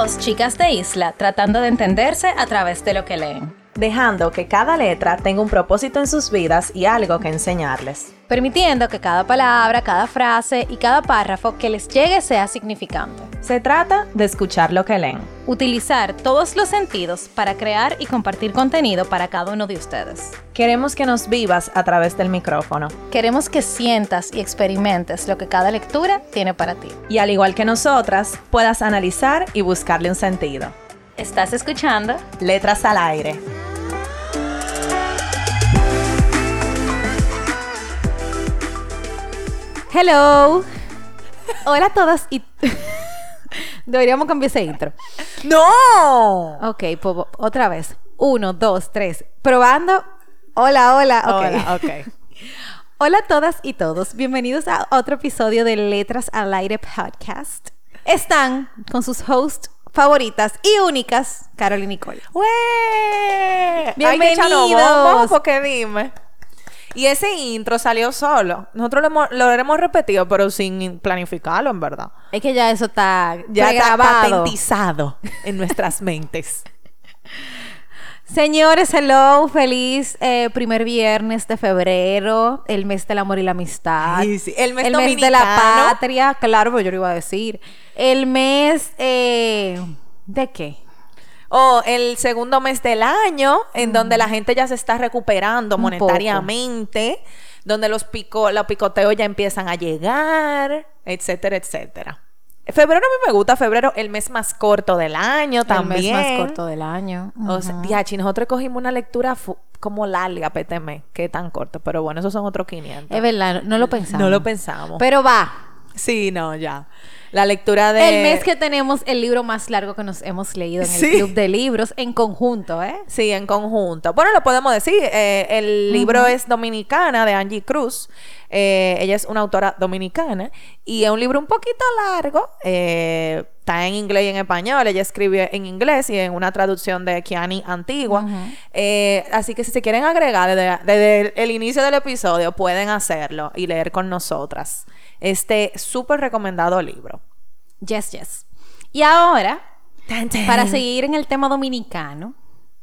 Dos chicas de isla tratando de entenderse a través de lo que leen, dejando que cada letra tenga un propósito en sus vidas y algo que enseñarles, permitiendo que cada palabra, cada frase y cada párrafo que les llegue sea significante. Se trata de escuchar lo que leen. Utilizar todos los sentidos para crear y compartir contenido para cada uno de ustedes. Queremos que nos vivas a través del micrófono. Queremos que sientas y experimentes lo que cada lectura tiene para ti. Y al igual que nosotras, puedas analizar y buscarle un sentido. ¿Estás escuchando? Letras al aire. Hello. Hola a todas y... Deberíamos cambiar ese intro. ¡No! Ok, pues otra vez. 1, 2, 3. Probando. Hola, hola. Okay. Hola, ok. Hola a todas y todos. Bienvenidos a otro episodio de Letras al Aire Podcast. Están con sus hosts favoritas y únicas, Carol y Nicole. ¡Wey! Bienvenidos. Porque dime. Y ese intro salió solo. Nosotros lo hemos repetido, pero sin planificarlo, en verdad. Es que ya eso está está patentizado en nuestras mentes. Señores, hello, feliz primer viernes de febrero, el mes del amor y la amistad. Sí. El mes de la patria, claro, pero yo lo iba a decir. El mes, ¿de qué? El segundo mes del año, en donde la gente ya se está recuperando monetariamente, donde los picoteos ya empiezan a llegar, etcétera, etcétera. Febrero a mí me gusta, febrero el mes más corto del año también. El mes más corto del año. O sea, diachi, nosotros cogimos una lectura como larga, péteme, que tan corto, pero bueno, esos son otros 500. Es verdad, no lo pensamos. No lo pensamos. Pero va. Sí, no, ya. La lectura de... El mes que tenemos el libro más largo que nos hemos leído en el Club de Libros en conjunto, ¿eh? Sí, en conjunto. Bueno, lo podemos decir. El libro es Dominicana, de Angie Cruz. Ella es una autora dominicana. Y es un libro un poquito largo. Está en inglés y en español. Ella escribe en inglés y en una traducción de Kiani Antigua. Así que si se quieren agregar desde el inicio del episodio, pueden hacerlo y leer con nosotras este súper recomendado libro. Yes. Y ahora, para seguir en el tema dominicano,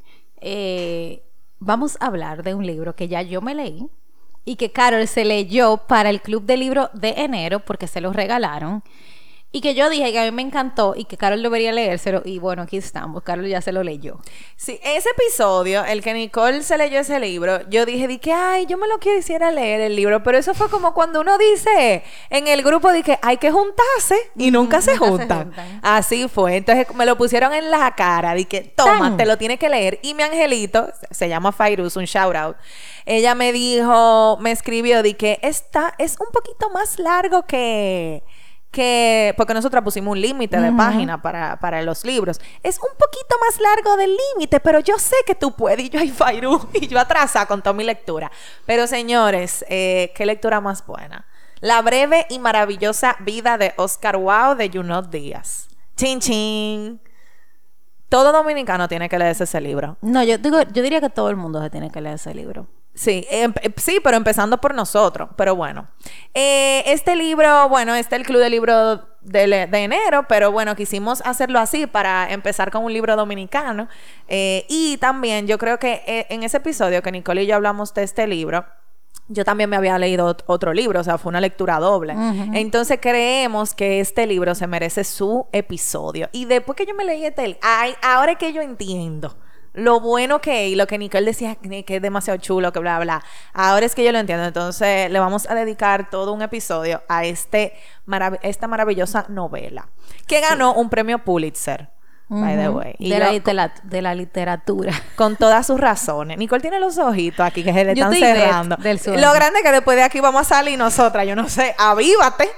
vamos a hablar de un libro que ya yo me leí y que Carol se leyó para el Club de Libro de enero porque se lo regalaron. Y que yo dije que a mí me encantó y que Carol debería leérselo. Y bueno, aquí estamos. Carol ya se lo leyó. Sí, ese episodio, el que Nicole se leyó ese libro, yo dije que, ay, yo me lo quisiera leer el libro. Pero eso fue como cuando uno dice en el grupo, que hay que juntarse y nunca se juntan. Así fue. Entonces me lo pusieron en la cara. Dije, toma, te lo tienes que leer. Y mi angelito, se llama Fairuz, un shout out. Ella me escribió, que esta es un poquito más largo que porque nosotros pusimos un límite de página para los libros. Es un poquito más largo del límite, pero yo sé que tú puedes. Y yo, ay, Fairu, y yo atrasada con toda mi lectura. Pero señores, qué lectura más buena. La breve y maravillosa vida de Oscar Wilde de Junot Díaz. Chin chin. Todo dominicano tiene que leerse ese libro. No, yo diría que todo el mundo se tiene que leer ese libro. Sí, sí, pero empezando por nosotros. Pero bueno, este libro, está el Club de Libro de enero, pero bueno, quisimos hacerlo así para empezar con un libro dominicano. Y también yo creo que en ese episodio que Nicole y yo hablamos de este libro, yo también me había leído otro libro, o sea, fue una lectura doble. Entonces creemos que este libro se merece su episodio. Y después que yo me leí ahora es que yo entiendo lo bueno que es y lo que Nicole decía que es demasiado chulo, que bla, bla. Ahora es que yo lo entiendo. Entonces le vamos a dedicar todo un episodio a esta maravillosa novela que ganó un premio Pulitzer, by the way. Y de la literatura. Con todas sus razones. Nicole tiene los ojitos aquí que se le están cerrando. Del lo grande es que después de aquí vamos a salir nosotras. Yo no sé. Avívate.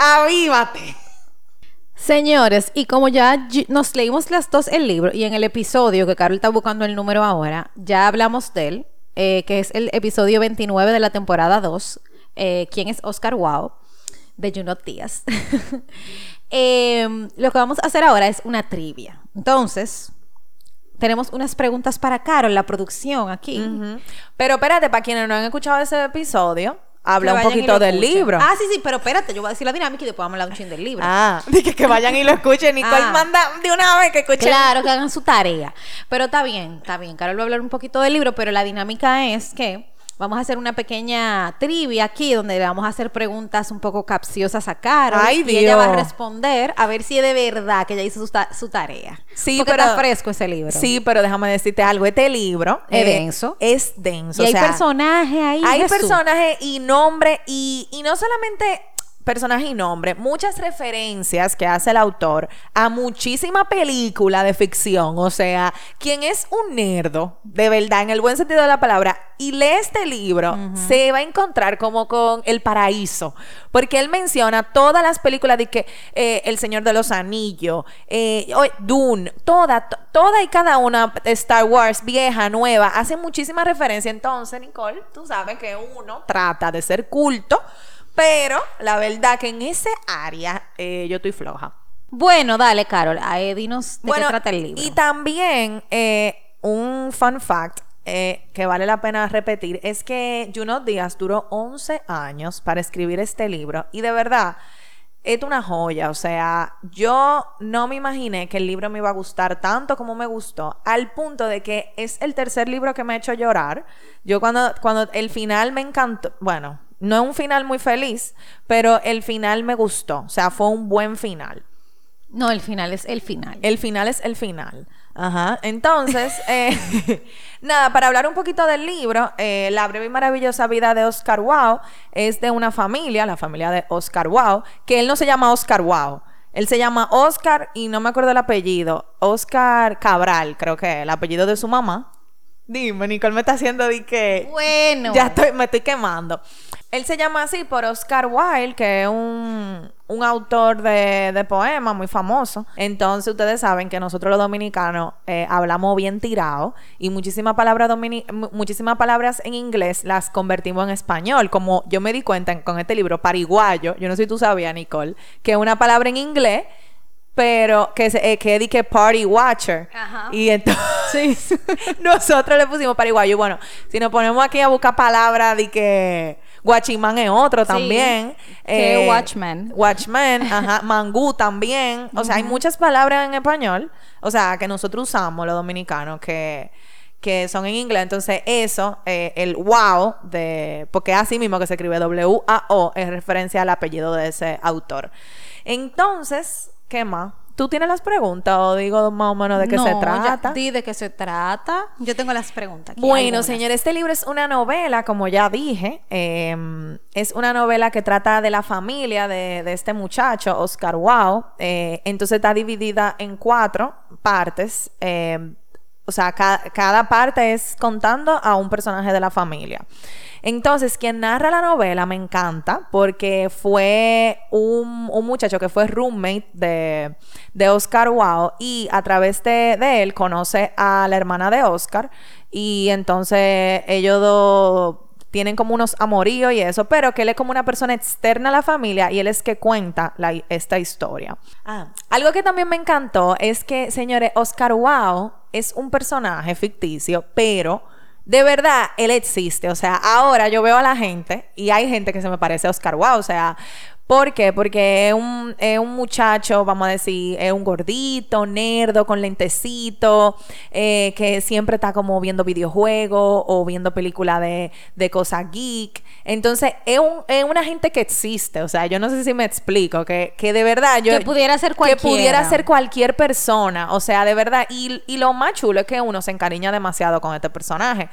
Señores, y como ya nos leímos las dos el libro y en el episodio que Carol está buscando el número ahora, ya hablamos de él, que es el episodio 29 de la temporada 2, ¿quién es Oscar Wilde? De Junot Díaz. Lo que vamos a hacer ahora es una trivia. Entonces, tenemos unas preguntas para Carol, la producción aquí. Pero espérate, para quienes no han escuchado ese episodio, habla un vayan y poquito lo del escuchen. libro. Ah, sí, pero espérate, yo voy a decir la dinámica y después vamos a hablar un chin del libro. Dije que vayan y lo escuchen. Nicole manda de una vez que escuchen. Claro, que hagan su tarea. Pero está bien. Carol va a hablar un poquito del libro, pero la dinámica es que vamos a hacer una pequeña trivia aquí donde le vamos a hacer preguntas un poco capciosas a Carol. Ay, y ella va a Dios. responder a ver si es de verdad que ella hizo su tarea. Sí, porque pero está fresco ese libro. Sí, pero déjame decirte algo. Este libro Es denso. Es denso. Y o hay sea, personajes ahí. hay Jesús. personajes y nombre y no solamente personaje y nombre, muchas referencias que hace el autor a muchísima película de ficción. O sea, quien es un nerdo, de verdad, en el buen sentido de la palabra, y lee este libro, se va a encontrar como con el paraíso. Porque él menciona todas las películas de que El Señor de los Anillos, Dune, toda y cada una, Star Wars, vieja, nueva, hace muchísima referencia. Entonces, Nicole, tú sabes que uno trata de ser culto, pero la verdad que en ese área yo estoy floja. Bueno, dale, Carol. Dinos de qué trata el libro. Y también un fun fact que vale la pena repetir es que Junot Díaz duró 11 años para escribir este libro y de verdad es una joya. O sea, yo no me imaginé que el libro me iba a gustar tanto como me gustó, al punto de que es el tercer libro que me ha hecho llorar. Yo cuando el final me encantó, bueno, no es un final muy feliz, pero el final me gustó. O sea, fue un buen final. No, el final es el final. El final es el final. Ajá. Entonces, nada, para hablar un poquito del libro, La breve y maravillosa vida de Oscar Wilde es de una familia, la familia de Oscar Wilde, que él no se llama Oscar Wilde. Él se llama Oscar y no me acuerdo el apellido. Oscar Cabral, creo que es el apellido de su mamá. Dime, Nicole me está haciendo de que... Bueno. Me estoy quemando. Él se llama así por Oscar Wilde, que es un autor de poemas muy famoso. Entonces, ustedes saben que nosotros los dominicanos hablamos bien tirado y muchísimas palabras en inglés las convertimos en español. Como yo me di cuenta con este libro, pariguayo, yo no sé si tú sabías, Nicole, que es una palabra en inglés, pero que di que party watcher. Ajá. Y entonces nosotros le pusimos pariguayo. Bueno, si nos ponemos aquí a buscar palabras de que guachimán es otro también. Que watchman. Watchman, ajá. Mangú también. O sea, hay muchas palabras en español, o sea, que nosotros usamos los dominicanos que son en inglés. Entonces eso, el wow, porque así mismo que se escribe W-A-O, es referencia al apellido de ese autor. Entonces, ¿qué más? ¿Tú tienes las preguntas o digo más o menos de qué se trata? Di de qué se trata. Yo tengo las preguntas aquí. Bueno, señor, este libro es una novela, como ya dije. Es una novela que trata de la familia de este muchacho, Oscar Wilde. Entonces está dividida en 4 partes. O sea, cada parte es contando a un personaje de la familia. Entonces, quien narra la novela me encanta porque fue un muchacho que fue roommate de Oscar Wilde y a través de él conoce a la hermana de Oscar y entonces ellos dos tienen como unos amoríos y eso, pero que él es como una persona externa a la familia y él es que cuenta esta historia. Algo que también me encantó es que, señores, Oscar Wilde es un personaje ficticio, pero de verdad él existe. O sea, ahora yo veo a la gente y hay gente que se me parece a Oscar Wilde. O sea, ¿por qué? Porque es un muchacho, vamos a decir, es un gordito, nerdo, con lentecito, que siempre está como viendo videojuegos o viendo películas de cosas geek. Entonces, es una gente que existe. O sea, yo no sé si me explico, que de verdad que pudiera ser cualquiera. Que pudiera ser cualquier persona. O sea, de verdad. Y lo más chulo es que uno se encariña demasiado con este personaje.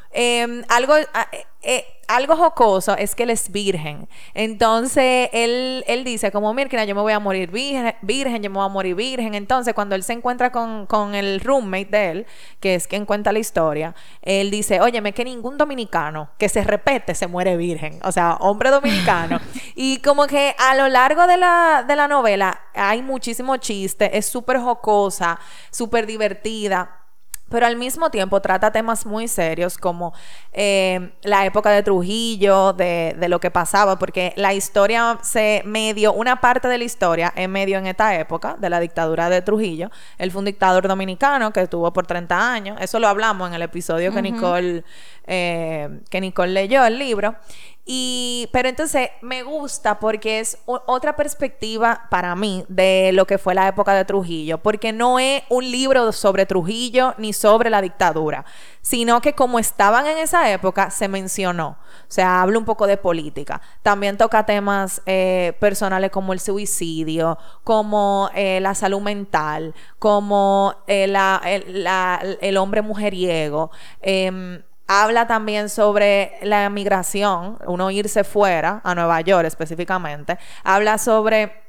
Algo jocoso es que él es virgen. Entonces él dice como, mira, yo me voy a morir virgen, yo me voy a morir virgen. Entonces cuando él se encuentra con el roommate de él, que es quien cuenta la historia, él dice, óyeme, que ningún dominicano que se repete se muere virgen. O sea, hombre dominicano. Y como que a lo largo de la novela hay muchísimo chiste, es súper jocosa, súper divertida, pero al mismo tiempo trata temas muy serios como la época de Trujillo, de lo que pasaba, porque la historia una parte de la historia es medio en esta época de la dictadura de Trujillo. Él fue un dictador dominicano que estuvo por 30 años. Eso lo hablamos en el episodio que Nicole leyó el libro. Pero entonces me gusta porque es otra perspectiva para mí de lo que fue la época de Trujillo, porque no es un libro sobre Trujillo ni sobre la dictadura, sino que como estaban en esa época se mencionó, o sea, habla un poco de política, también toca temas personales como el suicidio, como la salud mental, como el hombre mujeriego. Habla también sobre la migración, uno irse fuera, a Nueva York específicamente. Habla sobre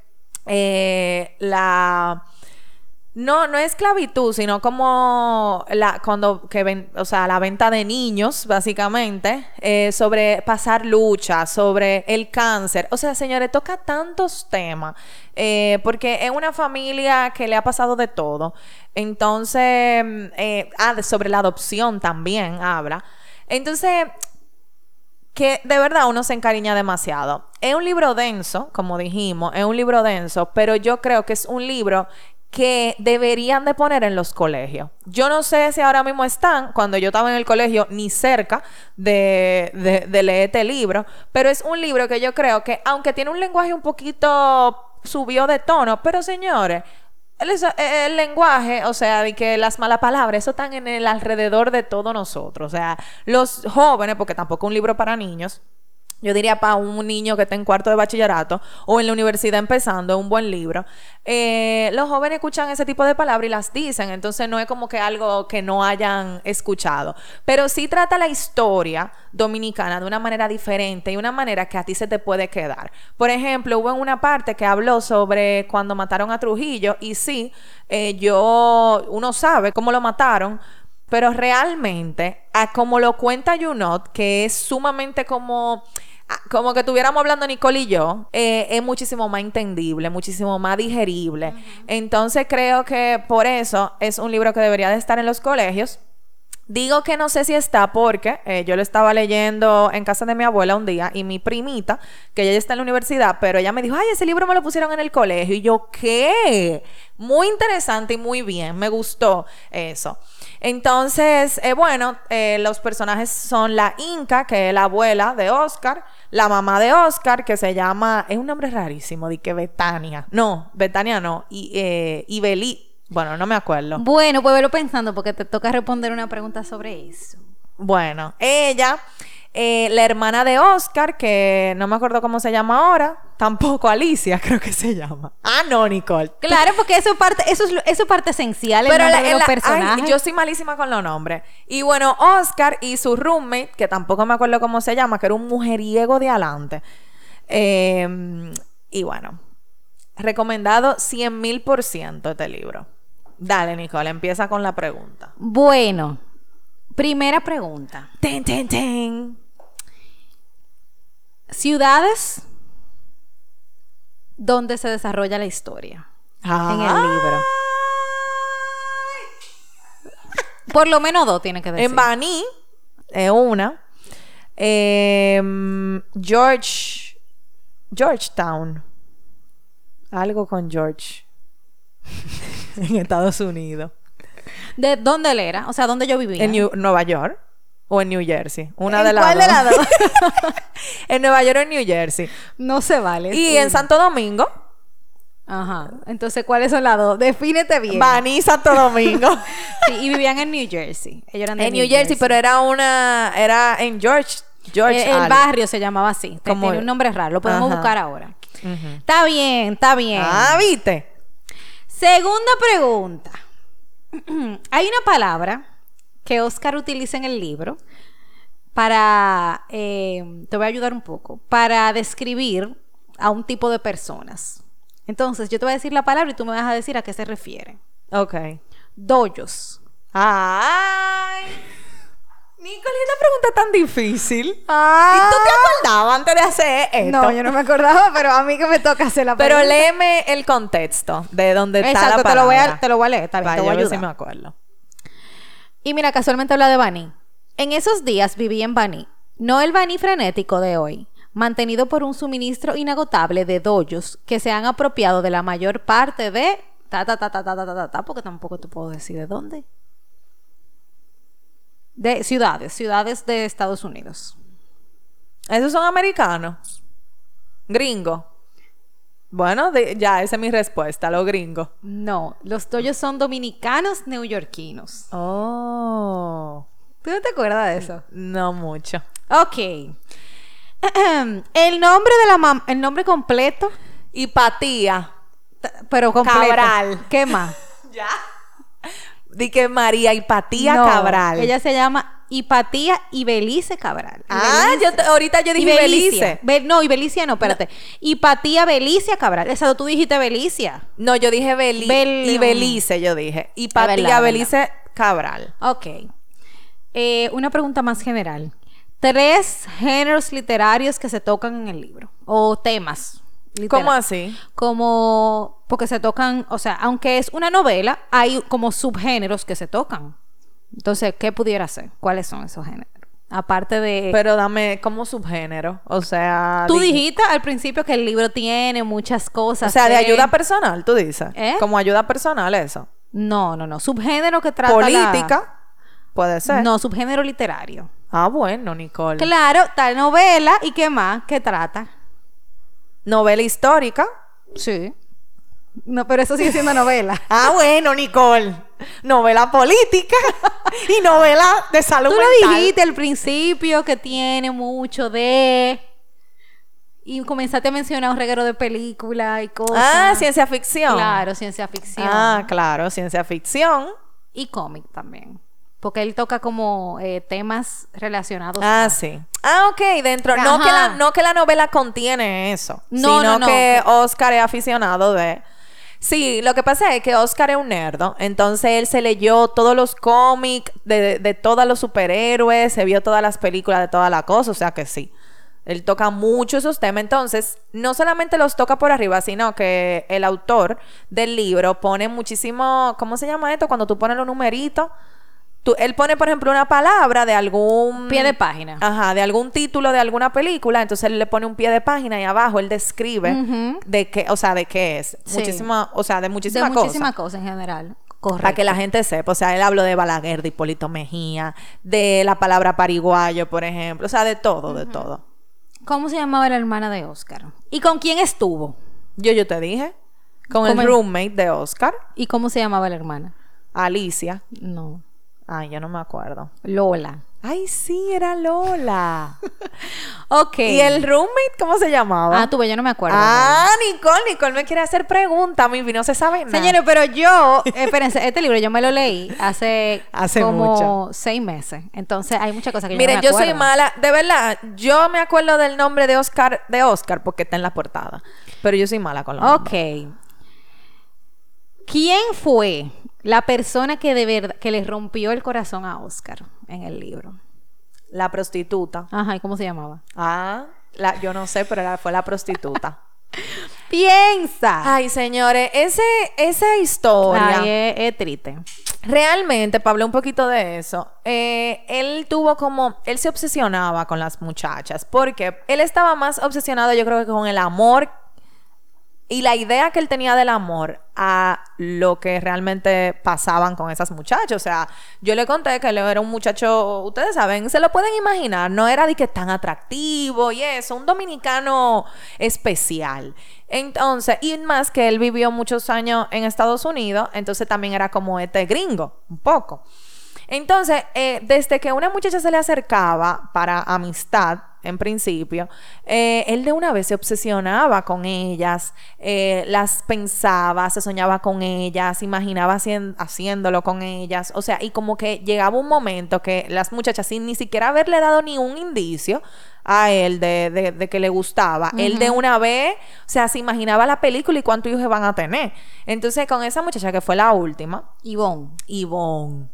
no esclavitud, sino como la venta de niños, básicamente, sobre pasar lucha, sobre el cáncer. O sea, señores, toca tantos temas, porque es una familia que le ha pasado de todo. Entonces, sobre la adopción también habla. Entonces, que de verdad uno se encariña demasiado. Es un libro denso, como dijimos, es un libro denso, pero yo creo que es un libro que deberían de poner en los colegios. Yo no sé si ahora mismo están, cuando yo estaba en el colegio, ni cerca de leer este libro, pero es un libro que yo creo que, aunque tiene un lenguaje un poquito subido de tono, pero señores, el lenguaje, o sea, de que las malas palabras, eso están en el alrededor de todos nosotros. O sea, los jóvenes, porque tampoco es un libro para niños, yo diría para un niño que está en cuarto de bachillerato o en la universidad empezando, es un buen libro. Los jóvenes escuchan ese tipo de palabras y las dicen, entonces no es como que algo que no hayan escuchado. Pero sí trata la historia dominicana de una manera diferente y una manera que a ti se te puede quedar. Por ejemplo, hubo en una parte que habló sobre cuando mataron a Trujillo y sí, uno sabe cómo lo mataron, pero realmente, como lo cuenta Junot, que es sumamente como que estuviéramos hablando Nicole y yo, es muchísimo más entendible, muchísimo más digerible. Uh-huh. Entonces creo que por eso es un libro que debería de estar en los colegios. Digo que no sé si está porque yo lo estaba leyendo en casa de mi abuela un día y mi primita, que ella ya está en la universidad, pero ella me dijo, ay, ese libro me lo pusieron en el colegio. Y yo, ¿qué? Muy interesante y muy bien, me gustó eso. Entonces, los personajes son la Inca, que es la abuela de Oscar, la mamá de Oscar, que se llama, es un nombre rarísimo, de que Betania. No, Betania no, y Belí. Bueno, no me acuerdo. Bueno, pues velo pensando porque te toca responder una pregunta sobre eso. Bueno, ella, la hermana de Oscar, que no me acuerdo cómo se llama ahora, tampoco Alicia, creo que se llama. Ah, no, Nicole. Claro, porque eso es parte esencial de los personajes. Ay, yo soy malísima con los nombres. Y bueno, Oscar y su roommate, que tampoco me acuerdo cómo se llama, que era un mujeriego de adelante. Y bueno, recomendado 100,000% este libro. Dale, Nicole, empieza con la pregunta. Bueno, primera pregunta. Ten, ten, ten. Ciudades donde se desarrolla la historia en el libro. Por lo menos 2 tiene que decir. En Baní es una. Georgetown. Algo con George. En Estados Unidos. ¿De dónde él era? O sea, ¿dónde yo vivía? En Nueva York o en New Jersey. Una de las ¿Cuál de las dos? En Nueva York o en New Jersey. No se vale. Y en Santo Domingo. Ajá. Entonces, ¿cuáles son las 2? Defínete bien. Baní, Santo Domingo. Sí, y vivían en New Jersey. Ellos eran de New Jersey, pero era en George el barrio se llamaba así. Tiene un nombre raro. Lo podemos buscar ahora. Uh-huh. Está bien, está bien. Ah, ¿viste? Segunda pregunta. Hay una palabra que Oscar utiliza en el libro para, te voy a ayudar un poco, para describir a un tipo de personas. Entonces, yo te voy a decir la palabra y tú me vas a decir a qué se refiere. Ok. Doyos. ¡Ay! Nicole, esta pregunta tan difícil. Ah. ¿Y tú te acordabas antes de hacer esto? No, yo no me acordaba, pero a mí que me toca hacer la pregunta. Pero léeme el contexto de dónde está la palabra. Exacto, te lo voy a leer. Está bien, vaya, te voy a ayudar. Si me acuerdo. Y mira, casualmente habla de Baní. En esos días viví en Baní. No el Baní frenético de hoy, mantenido por un suministro inagotable de doyos que se han apropiado de la mayor parte de... porque tampoco te puedo decir de dónde. De ciudades de Estados Unidos. ¿Esos son americanos? Gringo. Bueno, ya, esa es mi respuesta, los gringos. No, los tuyos son dominicanos neoyorquinos. Oh. ¿Tú no te acuerdas de eso? No mucho. Ok. El nombre completo, Hipatía. pero completo. Cabral. ¿Qué más? ¿Ya? Di que María Hipatía No, Cabral. ella se llama Hipatía Ibelice Cabral. Ahorita yo dije Belice. No, Ibelicia no, espérate. Hipatía Belicia Cabral. Esa tú dijiste Belicia. No, yo dije Belice, yo dije. Hipatía verdad, Belice Cabral. Ok. Una pregunta más general. 3 géneros literarios que se tocan en el libro. O temas. ¿Cómo así? Como, porque se tocan, o sea, aunque es una novela, hay como subgéneros que se tocan. Entonces, ¿qué pudiera ser? ¿Cuáles son esos géneros? Aparte de... Pero dame como subgénero, o sea... Tú dijiste al principio que el libro tiene muchas cosas. O sea, de ayuda personal, tú dices. ¿Eh? Como ayuda personal eso. No. Subgénero que trata Política, puede ser. No, subgénero literario. Ah, bueno, Nicole. Claro, tal novela. ¿Y qué más? ¿Qué trata? Novela histórica. Sí. No, pero eso sigue siendo novela. Ah, bueno, Nicole. Novela política y novela de salud Tú mental. lo dijiste al principio que tiene mucho de... Y comenzaste a mencionar un reguero de películas y cosas. Ah, ciencia ficción. Claro, ciencia ficción. Ah, claro, ciencia ficción. Y cómic también. Porque él toca como temas relacionados. Ah, sí. Ah, ok, dentro. Ajá. No que la novela contiene eso. No, sino no. que Oscar es aficionado de... Sí, lo que pasa es que Oscar es un nerdo. Entonces él se leyó todos los cómics de todos los superhéroes, se vio todas las películas de toda la cosa. O sea que sí. Él toca mucho esos temas. Entonces, no solamente los toca por arriba, sino que el autor del libro pone muchísimo... ¿Cómo se llama esto? Cuando tú pones los numeritos. Él pone, por ejemplo, una palabra de algún... Pie de página. Ajá, de algún título de alguna película. Entonces él le pone un pie de página y abajo él describe de qué, o sea, de qué es. Sí. Muchísima, o sea, de muchísimas De cosas. muchísimas cosas en general. Correcto. Para que la gente sepa. O sea, él habló de Balaguer, de Hipólito Mejía, de la palabra pariguayo, por ejemplo. O sea, de todo, de todo. ¿Cómo se llamaba la hermana de Oscar? ¿Y con quién estuvo? Yo te dije. Con el ¿Cómo roommate de Oscar, ¿Y cómo se llamaba la hermana? Alicia. No. Ay, yo no me acuerdo. Lola. Ay, sí, era Lola. Ok. ¿Y el roommate cómo se llamaba? Ah, tú ves, yo no me acuerdo. Ah, Nicole me quiere hacer preguntas. Mi no se sabe nada. Señores, pero yo, espérense, este libro yo me lo leí hace como mucho. 6 meses. Entonces hay muchas cosas que Miren, yo no me acuerdo. soy mala. De verdad, yo me acuerdo del nombre de Oscar porque está en la portada. Pero yo soy mala con los nombres. Ok. ¿Quién fue la persona que de verdad que le rompió el corazón a Oscar en el libro? La prostituta. Ajá, ¿y cómo se llamaba? Ah, yo no sé, pero fue la prostituta. ¡Piensa! Ay, señores, esa historia... Ay, es triste. Realmente, para hablar un poquito de eso, él se obsesionaba con las muchachas, porque él estaba más obsesionado, yo creo que con el amor y la idea que él tenía del amor a lo que realmente pasaban con esas muchachas. O sea, yo le conté que él era un muchacho, ustedes saben, se lo pueden imaginar, no era de que tan atractivo y eso, un dominicano especial. Entonces, y más que él vivió muchos años en Estados Unidos, entonces también era como este gringo, un poco. Entonces, desde que una muchacha se le acercaba para amistad, en principio, él de una vez se obsesionaba con ellas, las pensaba, se soñaba con ellas, imaginaba haciéndolo con ellas, o sea, y como que llegaba un momento que las muchachas, sin ni siquiera haberle dado ni un indicio a él de que le gustaba, él de una vez, o sea, se imaginaba la película y cuántos hijos van a tener. Entonces, con esa muchacha que fue la última, Ivonne.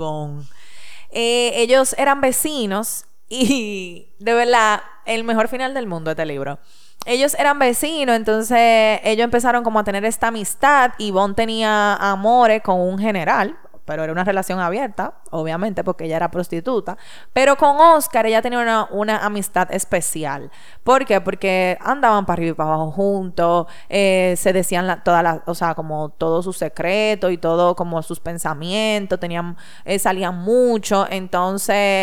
Ellos eran vecinos y de verdad, el mejor final del mundo este libro. Ellos eran vecinos, entonces ellos empezaron como a tener esta amistad. Ivonne tenía amores con un general, pero era una relación abierta, obviamente, porque ella era prostituta. Pero con Oscar ella tenía una amistad especial. ¿Por qué? Porque andaban para arriba y para abajo juntos, se decían o sea, como todos sus secretos y todo como sus pensamientos, salían mucho. Entonces,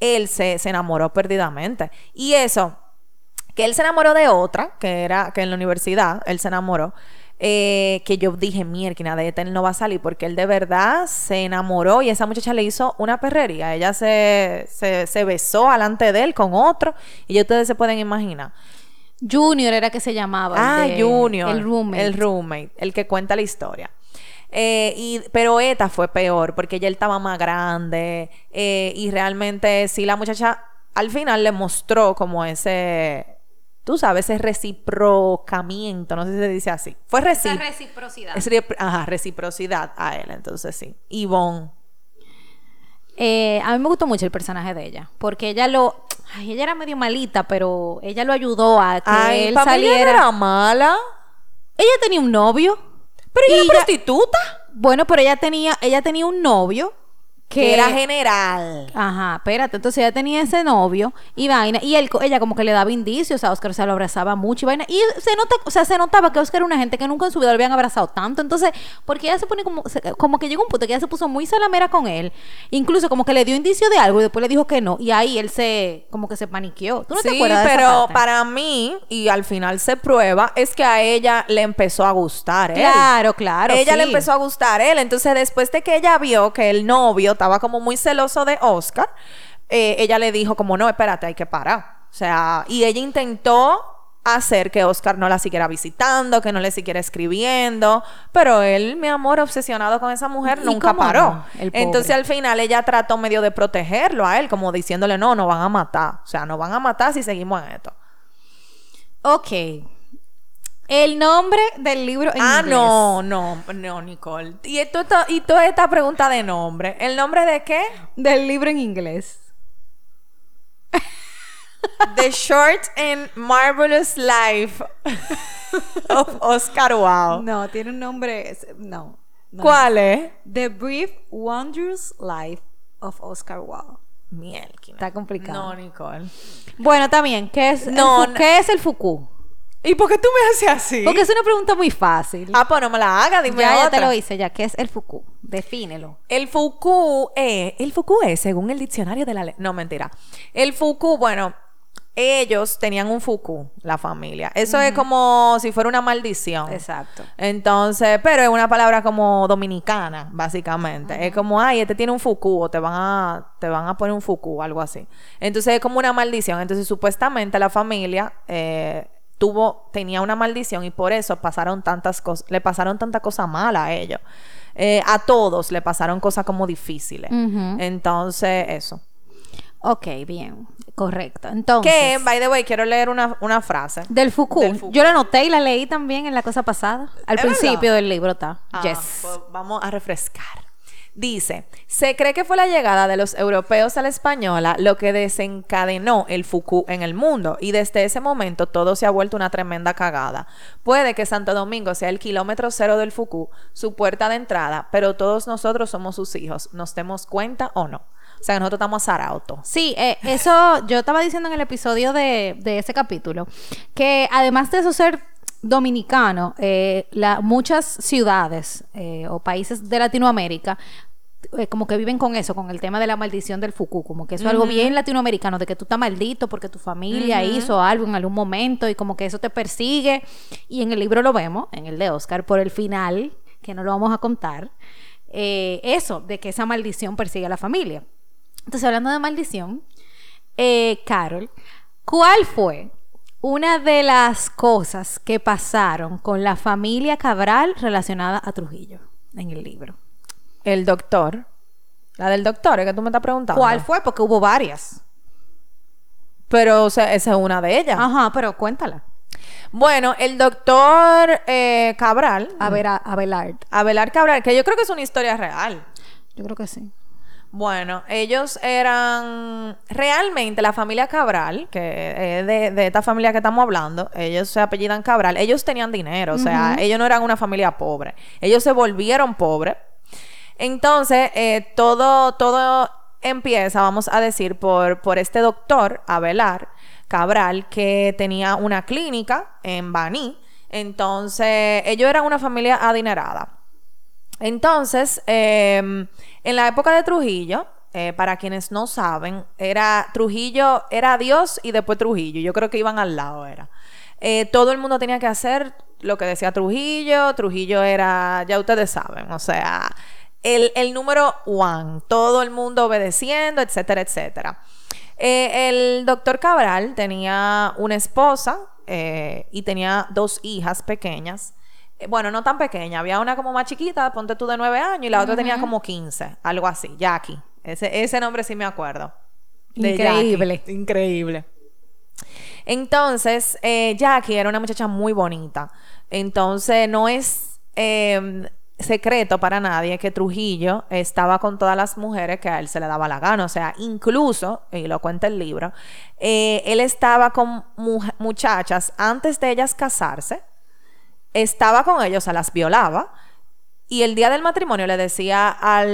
él se enamoró perdidamente. Y eso, que él se enamoró de otra, que en la universidad, él se enamoró, que yo dije, mierda, de él no va a salir, porque él de verdad se enamoró y esa muchacha le hizo una perrería. Ella se besó alante de él con otro, y ya ustedes se pueden imaginar. Junior era que se llamaba. Junior. El roommate. El roommate, el que cuenta la historia. Pero esta fue peor, porque ella estaba más grande, y realmente sí, la muchacha al final le mostró como ese... Tú sabes, ese reciprocamiento, no sé si se dice así. Fue reciprocidad. Reciprocidad a él, entonces sí. Yvonne. A mí me gustó mucho el personaje de ella, porque ella era medio malita, pero ella lo ayudó a que él saliera. Ella era mala. Ella tenía un novio. Pero ella era prostituta. Bueno, pero ella tenía un novio que era general. Ajá, espérate. Entonces ella tenía ese novio y vaina. Y ella como que le daba indicios a Oscar, o sea, lo abrazaba mucho y vaina. Y se notaba que Oscar era una gente que nunca en su vida lo habían abrazado tanto. Entonces, porque ella se pone como que llegó un punto que ella se puso muy salamera con él. Incluso como que le dio indicio de algo y después le dijo que no. Y ahí él como que se paniqueó. ¿Tú no te acuerdas de esa pero parte? Para mí, y al final se prueba, es que a ella le empezó a gustar él. Claro. Ella le empezó a gustar él. Entonces, después de que ella vio que el novio estaba como muy celoso de Oscar, ella le dijo como, no, espérate, hay que parar. O sea, y ella intentó hacer que Oscar no la siguiera visitando, que no le siguiera escribiendo, pero él, mi amor, obsesionado con esa mujer, nunca paró. Entonces al final ella trató medio de protegerlo a él, como diciéndole, no van a matar. O sea, nos van a matar si seguimos en esto. Ok. El nombre del libro en inglés. No, Nicole. Y toda esta pregunta de nombre. ¿El nombre de qué? Del libro en inglés. The Short and Marvelous Life of Oscar Wilde. No, tiene un nombre... No. ¿Cuál es? The Brief Wondrous Life of Oscar Wilde. Mielquina. Está complicado. No, Nicole. Bueno, también, ¿qué es ¿qué es el Foucault? ¿Y por qué tú me haces así? Porque es una pregunta muy fácil. Pues no me la hagas, dime ya otra. Ya te lo hice, ya. ¿Qué es el Foucault? Defínelo. El Foucault es, según el diccionario de la ley... No, mentira. El Foucault, bueno, ellos tenían un Foucault, la familia. Eso es como si fuera una maldición. Exacto. Entonces, pero es una palabra como dominicana, básicamente. Es como, este tiene un Foucault, o te van a poner un Foucault, algo así. Entonces es como una maldición. Entonces, supuestamente la familia... tenía una maldición y por eso pasaron tantas cosas, le pasaron tanta cosa mala a ellos. A todos le pasaron cosas como difíciles. Entonces, eso. Ok, bien. Correcto. Entonces... Que, by the way, quiero leer una frase. Del Foucault. Yo la anoté y la leí también en la cosa pasada. Al principio del libro está. Yes. Pues vamos a refrescar. Dice, se cree que fue la llegada de los europeos a la española lo que desencadenó el Foucault en el mundo y desde ese momento todo se ha vuelto una tremenda cagada. Puede que Santo Domingo sea el kilómetro cero del Foucault, su puerta de entrada, pero todos nosotros somos sus hijos, ¿nos demos cuenta o no? O sea, nosotros estamos zarautos. Sí, eso yo estaba diciendo en el episodio de ese capítulo, que además de eso ser dominicano, muchas ciudades o países de Latinoamérica como que viven con eso, con el tema de la maldición del Foucault, como que eso es algo bien latinoamericano, de que tú estás maldito porque tu familia hizo algo en algún momento y como que eso te persigue. Y en el libro lo vemos, en el de Oscar, por el final, que no lo vamos a contar, eso, de que esa maldición persigue a la familia. Entonces, hablando de maldición, Carol, ¿cuál fue una de las cosas que pasaron con la familia Cabral relacionada a Trujillo en el libro? El doctor. La del doctor, es que tú me estás preguntando. ¿Cuál fue? Porque hubo varias. Pero, o sea, esa es una de ellas. Ajá, pero cuéntala. Bueno, el doctor Cabral. Abelard Cabral, que yo creo que es una historia real. Yo creo que sí. Bueno, ellos eran... Realmente la familia Cabral, que es de esta familia que estamos hablando, ellos se apellidan Cabral, ellos tenían dinero, o sea, ellos no eran una familia pobre. Ellos se volvieron pobres. Entonces, todo empieza, vamos a decir, por este doctor, Abelard Cabral, que tenía una clínica en Baní. Entonces, ellos eran una familia adinerada. Entonces, en la época de Trujillo, para quienes no saben, Trujillo era Dios y después Trujillo. Yo creo que iban al lado, era. Todo el mundo tenía que hacer lo que decía Trujillo. Trujillo era, ya ustedes saben, o sea, el número one. Todo el mundo obedeciendo, etcétera, etcétera. El doctor Cabral tenía una esposa y tenía 2 hijas pequeñas. Bueno, no tan pequeña. Había una como más chiquita, ponte tú de 9 años, y la otra tenía como 15, algo así, Jackie. Ese nombre sí me acuerdo. Increíble. Jackie. Increíble. Entonces, Jackie era una muchacha muy bonita. Entonces, no es secreto para nadie que Trujillo estaba con todas las mujeres que a él se le daba la gana. O sea, incluso, y lo cuenta el libro, él estaba con muchachas antes de ellas casarse. Estaba con ellos, o sea, las violaba. Y el día del matrimonio le decía a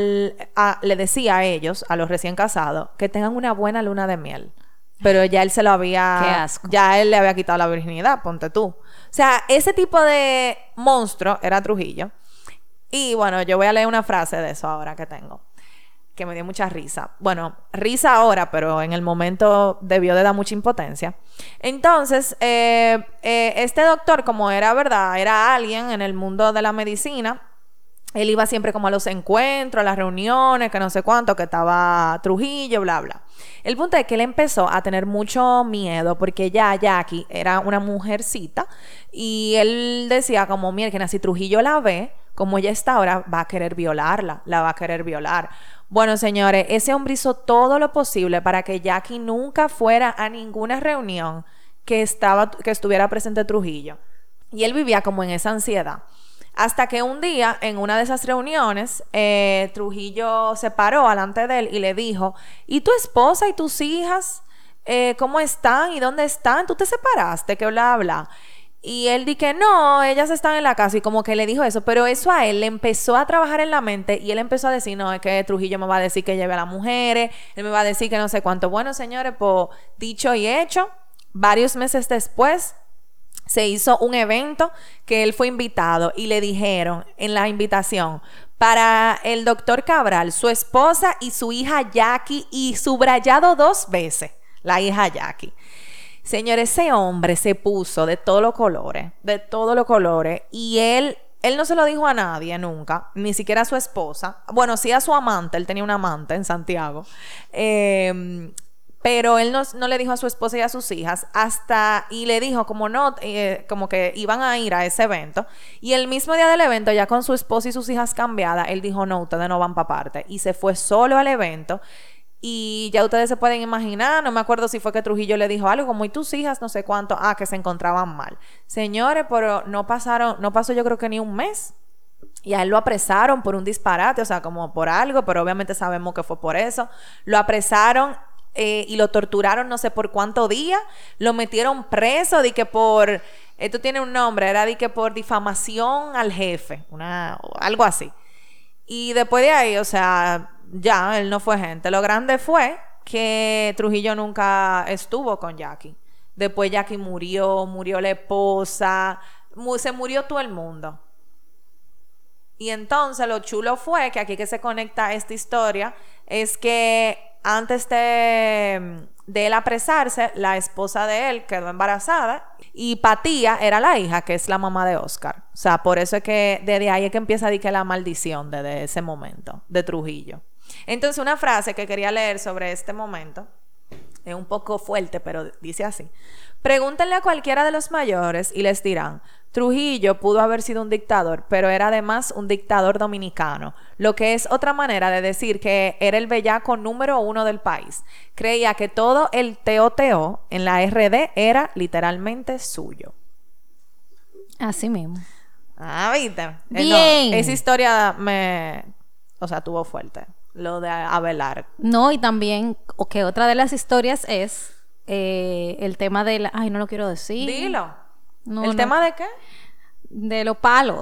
ellos, a los recién casados, que tengan una buena luna de miel. Pero ya él se lo había... Qué asco. Ya él le había quitado la virginidad, ponte tú. O sea, ese tipo de monstruo era Trujillo. Y bueno, yo voy a leer una frase de eso ahora que tengo, que me dio mucha risa. Bueno, risa ahora, pero en el momento debió de dar mucha impotencia. Entonces, este doctor, como era verdad, era alguien en el mundo de la medicina. Él iba siempre como a los encuentros, a las reuniones, que no sé cuánto, que estaba Trujillo, bla, bla. El punto es que él empezó a tener mucho miedo porque ya Jackie era una mujercita y él decía como, mira, si Trujillo la ve, como ella está ahora, va a querer violarla, la va a querer violar. Bueno, señores, ese hombre hizo todo lo posible para que Jackie nunca fuera a ninguna reunión que estuviera presente Trujillo. Y él vivía como en esa ansiedad. Hasta que un día, en una de esas reuniones, Trujillo se paró delante de él y le dijo, ¿y tu esposa y tus hijas? ¿Cómo están? ¿Y dónde están? ¿Tú te separaste? Que bla, bla. Y él dijo que no, ellas están en la casa, y como que le dijo eso, pero eso a él le empezó a trabajar en la mente y él empezó a decir, no, es que Trujillo me va a decir que lleve a las mujeres, él me va a decir que no sé cuánto. Bueno, señores, pues dicho y hecho, varios meses después se hizo un evento que él fue invitado y le dijeron en la invitación para el doctor Cabral, su esposa y su hija Jackie, y subrayado 2 veces la hija Jackie. Señores, ese hombre se puso de todos los colores, y él no se lo dijo a nadie nunca, ni siquiera a su esposa. Bueno, sí a su amante, él tenía un amante en Santiago, pero él no le dijo a su esposa y a sus hijas y le dijo como que iban a ir a ese evento, y el mismo día del evento, ya con su esposa y sus hijas cambiadas, él dijo, no, ustedes no van para parte, y se fue solo al evento. Y ya ustedes se pueden imaginar, no me acuerdo si fue que Trujillo le dijo algo como, ¿y tus hijas? No sé cuánto, que se encontraban mal. Señores, pero no pasó yo creo que ni un mes, y a él lo apresaron por un disparate, o sea, como por algo, pero obviamente sabemos que fue por eso. Lo apresaron y lo torturaron no sé por cuántos días, lo metieron preso, de que por, esto tiene un nombre, era de que por difamación al jefe, algo así. Y después de ahí, o sea, ya él no fue gente. Lo grande fue que Trujillo nunca estuvo con Jackie. Después Jackie murió la esposa, se murió todo el mundo. Y entonces lo chulo fue que aquí que se conecta esta historia es que antes de él apresarse, la esposa de él quedó embarazada y Patía era la hija, que es la mamá de Oscar. O sea, por eso es que desde ahí es que empieza a decir que la maldición desde ese momento de Trujillo. Entonces, una frase que quería leer sobre este momento es un poco fuerte, pero dice así: pregúntenle a cualquiera de los mayores y les dirán, Trujillo pudo haber sido un dictador, pero era además un dictador dominicano, lo que es otra manera de decir que era el bellaco número 1 del país. Creía que todo el teoteo en la RD era literalmente suyo. Así mismo. ¿Viste? Bien. No, esa historia tuvo fuerte. Lo de Abelardo. No, y también, que otra de las historias es el tema de la... Ay, no lo quiero decir. Dilo. No, ¿Tema de qué? De los palos.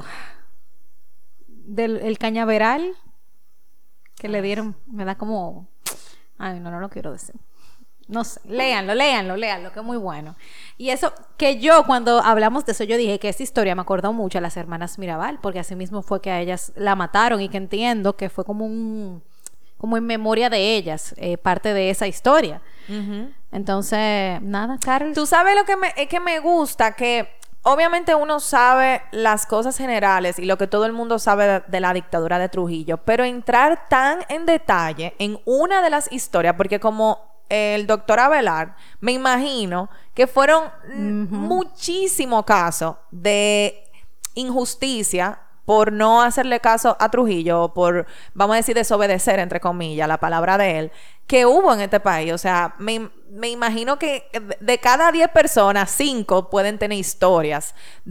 El cañaveral que le dieron. Me da como... Ay, no lo quiero decir. No sé, léanlo, que es muy bueno. Y eso, que yo cuando hablamos de eso, yo dije que esta historia me acordó mucho a las hermanas Mirabal, porque así mismo fue que a ellas la mataron, y que entiendo que fue como como en memoria de ellas, parte de esa historia. Entonces, nada, Carol. Tú sabes lo que es que me gusta, que obviamente uno sabe las cosas generales y lo que todo el mundo sabe de la dictadura de Trujillo, pero entrar tan en detalle en una de las historias, porque como el doctor Abelard, me imagino que fueron muchísimos casos de injusticia por no hacerle caso a Trujillo, o por, vamos a decir, desobedecer, entre comillas, la palabra de él, que hubo en este país. O sea, me imagino que de cada 10 personas, 5 pueden tener historias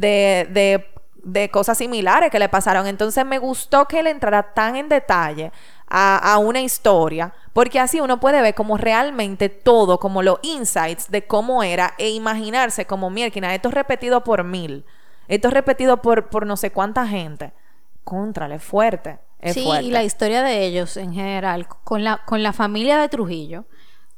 de cosas similares que le pasaron. Entonces me gustó que él entrara tan en detalle a una historia, porque así uno puede ver como realmente todo, como los insights de cómo era, e imaginarse como, mierda, esto es repetido por 1000. Esto es repetido por no sé cuánta gente. Contrale, fuerte. Es fuerte. Y la historia de ellos en general, con la familia de Trujillo,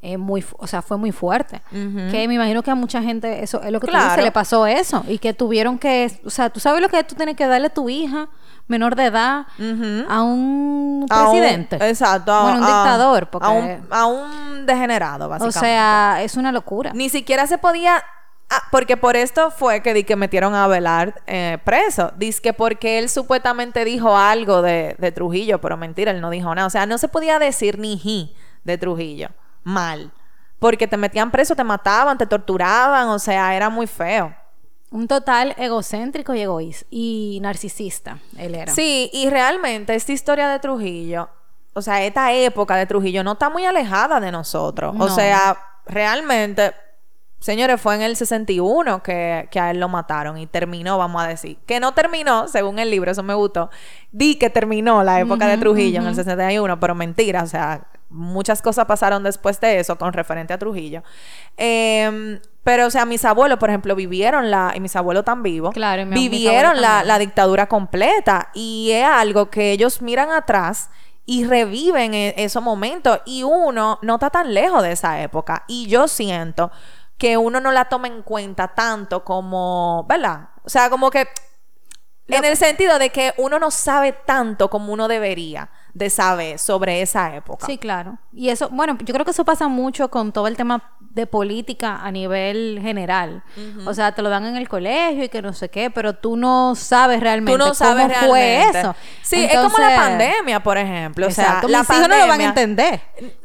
fue muy fuerte. Que me imagino que a mucha gente, eso es lo que tú dices, le pasó eso. Y que tuvieron que, o sea, tú sabes lo que tú tienes que darle a tu hija menor de edad a un presidente. Exacto. Un dictador. Porque, a un degenerado, básicamente. O sea, es una locura. Ni siquiera se podía... porque por esto fue que metieron a Abelard preso. Dice que porque él supuestamente dijo algo de Trujillo, pero mentira, él no dijo nada. O sea, no se podía decir ni ji de Trujillo mal, porque te metían preso, te mataban, te torturaban. O sea, era muy feo. Un total egocéntrico y egoísta y narcisista él era. Sí, y realmente esta historia de Trujillo, o sea, esta época de Trujillo no está muy alejada de nosotros. No. O sea, realmente... Señores, fue en el 61 que a él lo mataron y terminó, vamos a decir. Que no terminó, según el libro, eso me gustó. Di que terminó la época de Trujillo en el 61, pero mentira, o sea, muchas cosas pasaron después de eso con referente a Trujillo. Pero, o sea, mis abuelos, por ejemplo, vivieron y mis abuelos tan vivos, claro, vivieron la dictadura completa, y es algo que ellos miran atrás y reviven esos momentos, y uno no está tan lejos de esa época, y yo siento que uno no la toma en cuenta tanto como, ¿verdad? O sea, como que en el sentido de que uno no sabe tanto como uno debería de saber sobre esa época. Sí, claro. Y eso, bueno, yo creo que eso pasa mucho con todo el tema de política a nivel general. O sea, te lo dan en el colegio y que no sé qué, pero tú no sabes realmente cómo fue eso. Sí, entonces, es como la pandemia, por ejemplo. Exacto. O sea, mis hijos no lo van a entender.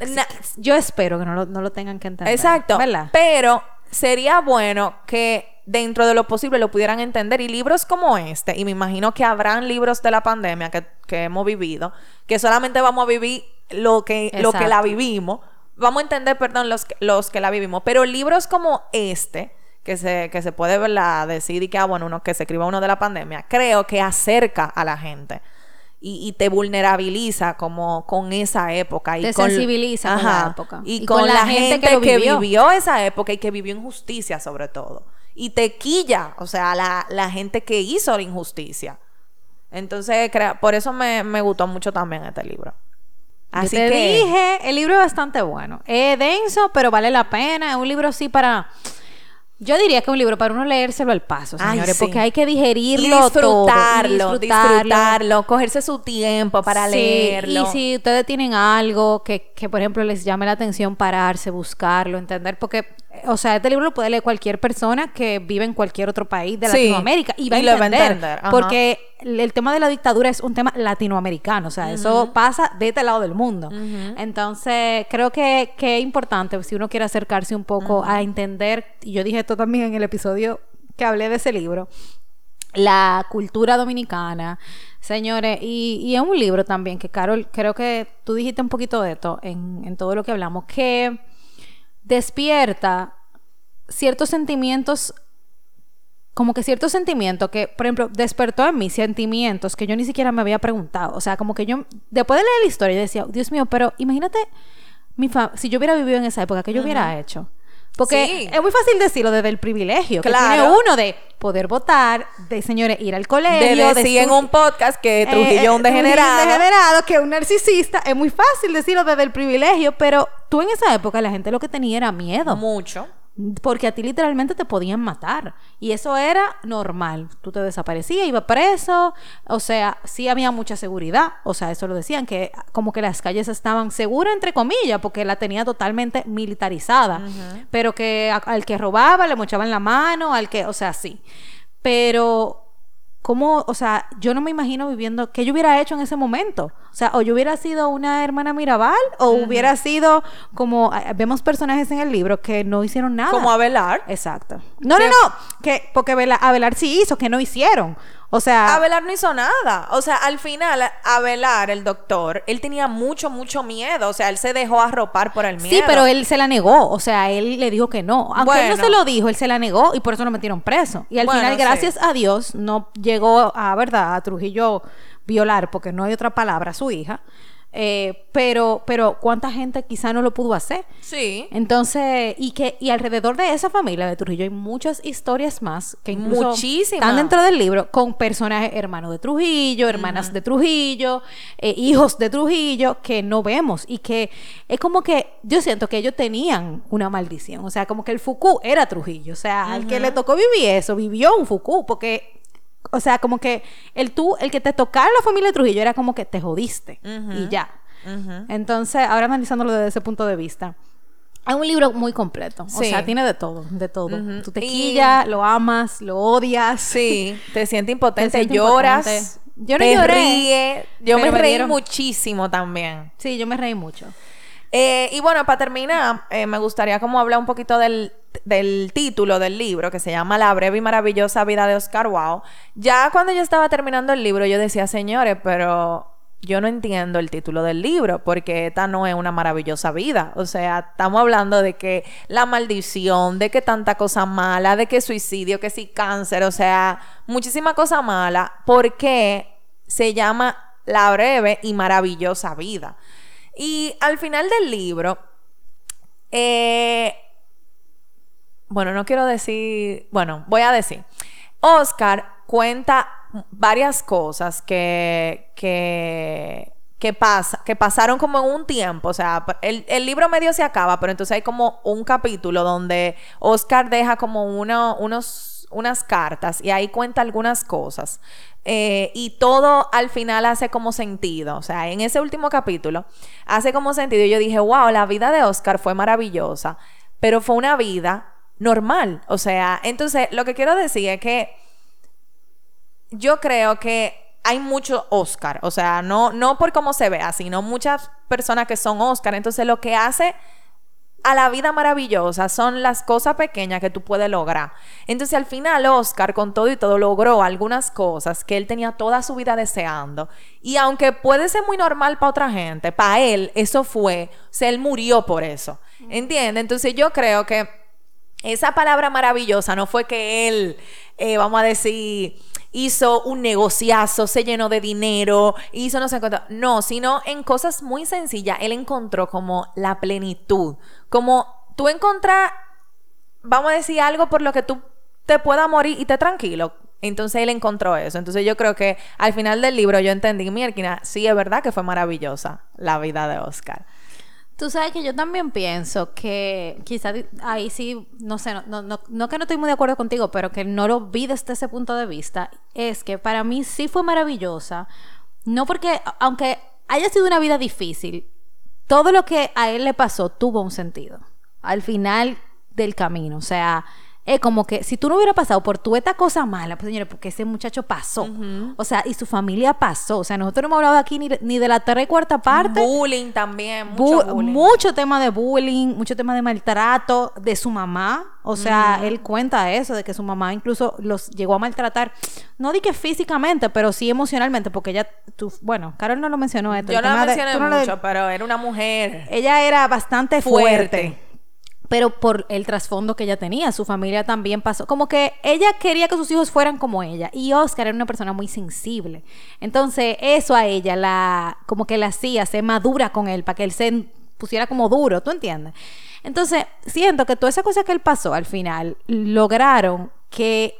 Yo espero que no lo tengan que entender. Exacto. ¿Verdad? Pero sería bueno que dentro de lo posible lo pudieran entender, y libros como este, y me imagino que habrán libros de la pandemia que hemos vivido, que solamente vamos a vivir lo que la vivimos, vamos a entender, perdón, los que la vivimos, pero libros como este, que se puede, ¿verdad?, decir y que, que se escriba uno de la pandemia, creo que acerca a la gente y te vulnerabiliza como con esa época. Y te sensibiliza con la época. Y con la gente que vivió esa época y que vivió injusticia sobre todo. Y te quilla, o sea, la gente que hizo la injusticia. Entonces, por eso me gustó mucho también este libro. Así que dije, el libro es bastante bueno. Es denso, pero vale la pena. Es un libro así para... Yo diría que es un libro para uno leérselo al paso, señores. Ay, sí. Porque hay que digerirlo disfrutarlo, cogerse su tiempo para leerlo. Y si ustedes tienen algo que, por ejemplo, les llame la atención, pararse, buscarlo, entender. Porque, o sea, este libro lo puede leer cualquier persona que vive en cualquier otro país de Latinoamérica. Y va a entender. Porque el tema de la dictadura es un tema latinoamericano. O sea, eso pasa de este lado del mundo. Entonces, creo que es importante, si uno quiere acercarse un poco a entender, y yo dije esto también en el episodio que hablé de ese libro, la cultura dominicana, señores, y es un libro también que, Carol, creo que tú dijiste un poquito de esto en todo lo que hablamos, que despierta ciertos sentimientos, como que ciertos sentimientos que, por ejemplo, despertó en mí sentimientos que yo ni siquiera me había preguntado. O sea, como que yo, después de leer la historia, yo decía, Dios mío, pero imagínate si yo hubiera vivido en esa época, ¿qué yo hubiera hecho? Porque es muy fácil decirlo desde el privilegio que tiene uno de poder votar, de, señores, ir al colegio, de decir en un podcast que Trujillo es un degenerado, que es un narcisista. Es muy fácil decirlo desde el privilegio, pero tú en esa época la gente lo que tenía era miedo. Mucho. porque a ti literalmente te podían matar. Y eso era normal. Tú te desaparecías, ibas preso. O sea, sí había mucha seguridad. O sea, eso lo decían, que como que las calles estaban seguras, entre comillas, porque la tenía totalmente militarizada. Pero que al que robaba le mochaban la mano, al que, o sea, sí. Pero ¿cómo? O sea, yo no me imagino viviendo, ¿qué yo hubiera hecho en ese momento? O sea, o yo hubiera sido una hermana Mirabal, o hubiera sido como, vemos personajes en el libro que no hicieron nada. Como Abelar. Exacto. No, que, porque Abelar sí hizo, que no hicieron. O sea... Abelar no hizo nada. O sea, al final, Abelar, el doctor, él tenía mucho miedo. O sea, él se dejó arropar por el miedo. Sí, pero él se la negó. O sea, él le dijo que no. Aunque él no se lo dijo, él se la negó y por eso lo metieron preso. Y al final, gracias a Dios, no llegó a Trujillo violar, porque no hay otra palabra, a su hija. Pero ¿cuánta gente quizá no lo pudo hacer? Sí. Entonces, y alrededor de esa familia de Trujillo hay muchas historias más que incluso muchísimas están dentro del libro, con personajes hermanos de Trujillo, hermanas de Trujillo, hijos de Trujillo, que no vemos, y que es como que yo siento que ellos tenían una maldición. O sea, como que el Fuku era Trujillo. O sea, al que le tocó vivir eso, vivió un Fuku, porque... O sea, como que el que te tocara la familia de Trujillo era como que te jodiste y ya. Entonces, ahora analizándolo desde ese punto de vista, es un libro muy completo. Sí. O sea, tiene de todo, de todo. Tú te quillas, lo amas, lo odias. Sí, te sientes impotente, lloras. Yo no lloré. Ríes. Yo me reí muchísimo también. Sí, yo me reí mucho. Y bueno, para terminar, me gustaría como hablar un poquito del título del libro, que se llama La breve y maravillosa vida de Oscar Wilde. Ya cuando yo estaba terminando el libro, yo decía, señores, pero yo no entiendo el título del libro, porque esta no es una maravillosa vida. O sea, estamos hablando de que la maldición, de que tanta cosa mala, de que suicidio, que sí cáncer, o sea, muchísima cosa mala. ¿Por qué se llama La breve y maravillosa vida? Y al final del libro, bueno, no quiero decir... Bueno, voy a decir. Oscar cuenta varias cosas que pasaron como en un tiempo. O sea, el libro medio se acaba, pero entonces hay como un capítulo donde Oscar deja como unas cartas y ahí cuenta algunas cosas. Y todo al final hace como sentido. O sea, en ese último capítulo hace como sentido. Y yo dije, wow, la vida de Oscar fue maravillosa, pero fue una vida normal. O sea, entonces lo que quiero decir es que yo creo que hay mucho Oscar. O sea, no por cómo se vea, sino muchas personas que son Oscar. Entonces lo que hace a la vida maravillosa son las cosas pequeñas que tú puedes lograr. Entonces al final Oscar con todo y todo logró algunas cosas que él tenía toda su vida deseando, y aunque puede ser muy normal para otra gente, para él eso fue, o sea, él murió por eso, ¿entiendes? Entonces yo creo que esa palabra maravillosa no fue que él, vamos a decir, hizo un negociazo, se llenó de dinero, hizo no sé cuánto. No, sino en cosas muy sencillas. Él encontró como la plenitud. Como tú encontrar, vamos a decir, algo por lo que tú te puedas morir y te tranquilo. Entonces él encontró eso. Entonces yo creo que al final del libro yo entendí, mierda, sí es verdad que fue maravillosa la vida de Oscar. Tú sabes que yo también pienso que quizás ahí sí, no sé, no que no estoy muy de acuerdo contigo, pero que no lo vi desde ese punto de vista, es que para mí sí fue maravillosa, no porque, aunque haya sido una vida difícil, todo lo que a él le pasó tuvo un sentido al final del camino. O sea, es como que si tú no hubieras pasado por toda esta cosa mala, pues señores, porque ese muchacho pasó. O sea, y su familia pasó. O sea, nosotros no hemos hablado aquí ni de la tercera y cuarta parte. Bullying también, mucho bullying. Mucho tema de bullying, mucho tema de maltrato de su mamá. O sea, él cuenta eso, de que su mamá incluso los llegó a maltratar. No di que físicamente, pero sí emocionalmente, porque ella, bueno, Carol no lo mencionó esto. Yo no lo mencioné mucho, pero era una mujer. Ella era bastante fuerte. Pero por el trasfondo que ella tenía, su familia también pasó. Como que ella quería que sus hijos fueran como ella. Y Oscar era una persona muy sensible. Entonces, eso a ella como que la hacía ser madura con él, para que él se pusiera como duro, ¿tú entiendes? Entonces, siento que todas esas cosas que él pasó al final lograron que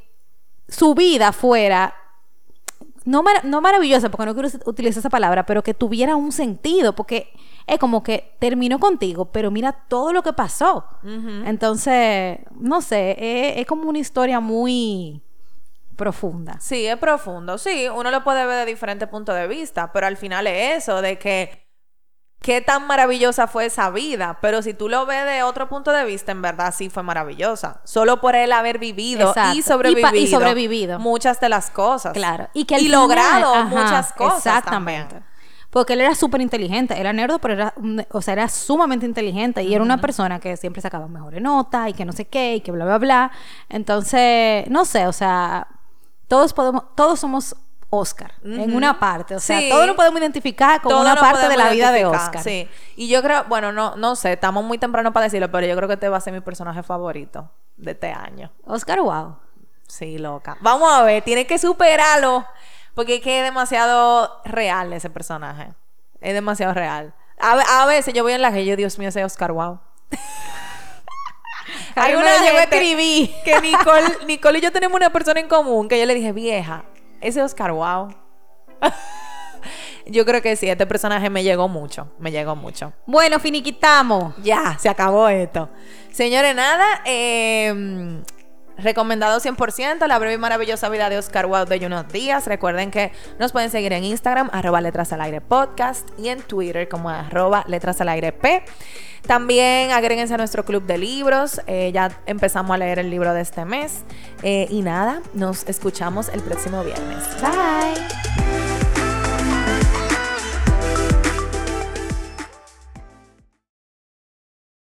su vida fuera no maravillosa, porque no quiero utilizar esa palabra, pero que tuviera un sentido, porque es como que terminó contigo, pero mira todo lo que pasó. Entonces, no sé, es como una historia muy profunda. Sí, es profundo. Sí, uno lo puede ver de diferentes puntos de vista, pero al final es eso, de que qué tan maravillosa fue esa vida. Pero si tú lo ves de otro punto de vista, en verdad sí fue maravillosa. Solo por él haber vivido Exacto. y sobrevivido, y sobrevivido muchas de las cosas. Claro. Y que al final, logrado muchas cosas exactamente. también. Porque él era súper inteligente, era nerdo, pero era sumamente inteligente y era una persona que siempre sacaba mejores notas y que no sé qué y que bla, bla, bla. Entonces, no sé, o sea, todos somos Oscar en una parte, o sea, Sí. todos nos podemos identificar con Todo una lo parte de la podemos vida de identificar, Oscar. Sí. Y yo creo, bueno, no sé, estamos muy temprano para decirlo, pero yo creo que este va a ser mi personaje favorito de este año. Oscar, wow. Sí, loca. Vamos a ver, tiene que superarlo. Porque es que es demasiado real ese personaje. Es demasiado real. A veces yo voy en la calle y yo, Dios mío, ese Oscar, wow. Hay una llegó a gente escribir que Nicole y yo tenemos una persona en común que yo le dije, vieja, ese Oscar, wow. Yo creo que sí, este personaje me llegó mucho. Bueno, finiquitamos. Ya, se acabó esto. Señores, nada, recomendado 100%, la breve y maravillosa vida de Oscar Wilde de unos días. Recuerden que nos pueden seguir en Instagram, @letrasalairepodcast, y en Twitter como @letrasalairep. También agréguense a nuestro club de libros. Ya empezamos a leer el libro de este mes. Y nada, nos escuchamos el próximo viernes. Bye.